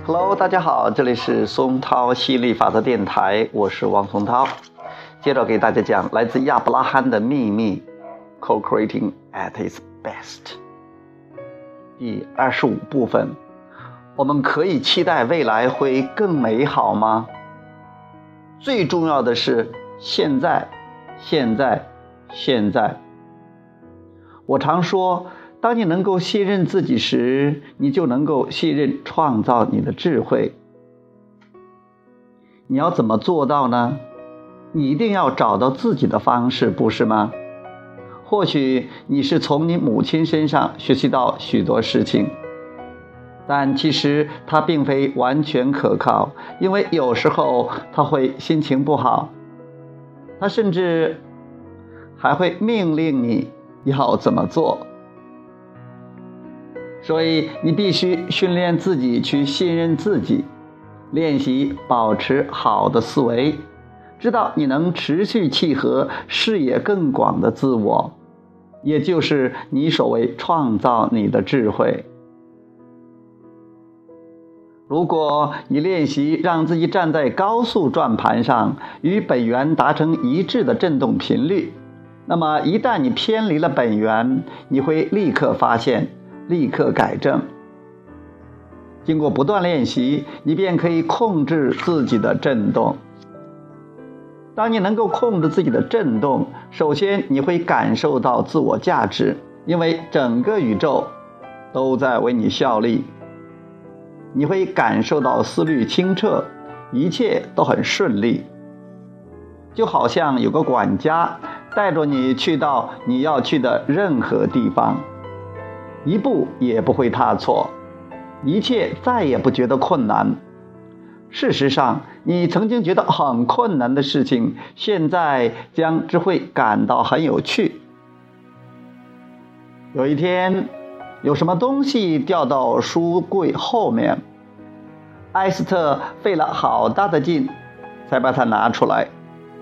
Hello， 大家好，这里是松涛吸引力法则电台，我是王松涛。接着给大家讲来自亚伯拉罕的秘密 Co-creating at its best 第25部分。我们可以期待未来会更美好吗？最重要的是现在。我常说，当你能够信任自己时，你就能够信任创造你的智慧。你要怎么做到呢？你一定要找到自己的方式，不是吗？或许你是从你母亲身上学习到许多事情，但其实它并非完全可靠，因为有时候她会心情不好，她甚至还会命令你要怎么做。所以你必须训练自己去信任自己，练习保持好的思维，知道你能持续契合视野更广的自我，也就是你所谓创造你的智慧。如果你练习让自己站在高速转盘上，与本源达成一致的振动频率，那么一旦你偏离了本源，你会立刻发现，立刻改正。经过不断练习，你便可以控制自己的振动。当你能够控制自己的振动，首先你会感受到自我价值，因为整个宇宙都在为你效力。你会感受到思虑清澈，一切都很顺利，就好像有个管家带着你去到你要去的任何地方，一步也不会踏错，一切再也不觉得困难。事实上，你曾经觉得很困难的事情，现在将只会感到很有趣。有一天，有什么东西掉到书柜后面，艾斯特费了好大的劲才把它拿出来。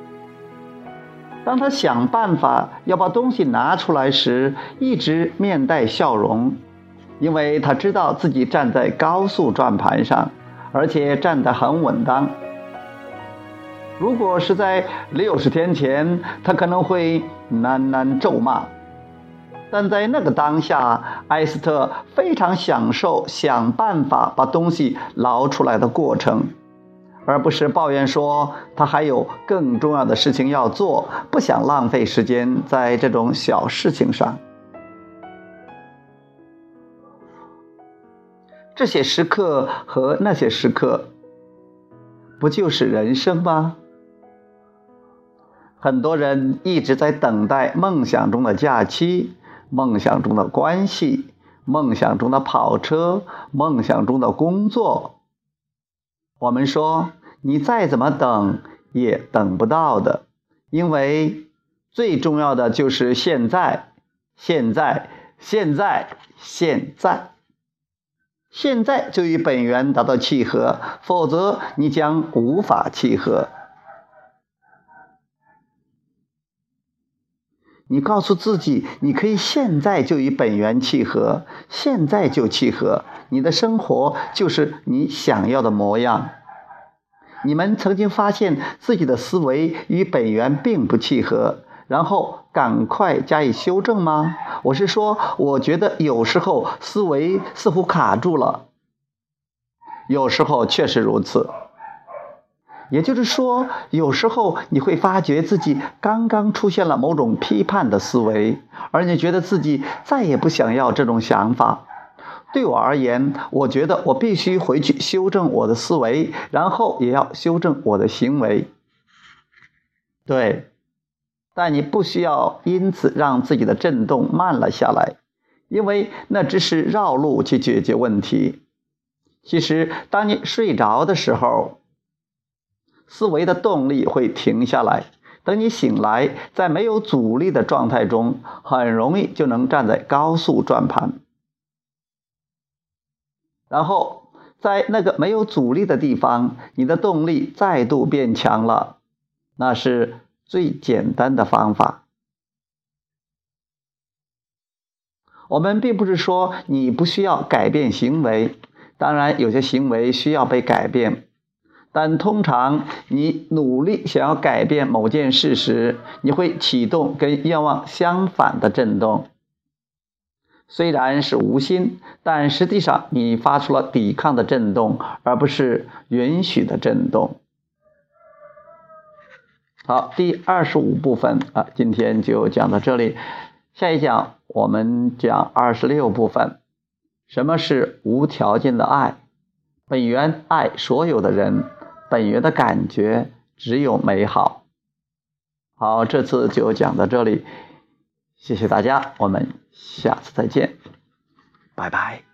当他想办法要把东西拿出来时，一直面带笑容，因为他知道自己站在高速转盘上，而且站得很稳当。如果是在60天前，他可能会喃喃咒骂，但在那个当下，艾斯特非常享受想办法把东西捞出来的过程，而不是抱怨说他还有更重要的事情要做，不想浪费时间在这种小事情上。这些时刻和那些时刻，不就是人生吗？很多人一直在等待梦想中的假期，梦想中的关系，梦想中的跑车，梦想中的工作。我们说，你再怎么等也等不到的，因为最重要的就是现在。现在就与本源达到契合，否则你将无法契合。你告诉自己，你可以现在就与本源契合，现在就契合，你的生活就是你想要的模样。你们曾经发现自己的思维与本源并不契合，然后赶快加以修正吗？我是说，我觉得有时候思维似乎卡住了，有时候确实如此。也就是说，有时候你会发觉自己刚刚出现了某种批判的思维，而你觉得自己再也不想要这种想法。对我而言，我觉得我必须回去修正我的思维，然后也要修正我的行为。对，但你不需要因此让自己的振动慢了下来，因为那只是绕路去解决问题。其实，当你睡着的时候，思维的动力会停下来，等你醒来，在没有阻力的状态中，很容易就能站在高速转盘。然后在那个没有阻力的地方，你的动力再度变强了，那是最简单的方法。我们并不是说你不需要改变行为， 当然，有些行为需要被改变，但通常你努力想要改变某件事时，你会启动跟愿望相反的震动。虽然是无心，但实际上你发出了抵抗的震动，而不是允许的震动。好，第25部分今天就讲到这里。下一讲我们讲26部分，什么是无条件的爱？本源爱所有的人，本源的感觉只有美好。好，这次就讲到这里，谢谢大家，我们下次再见，拜拜。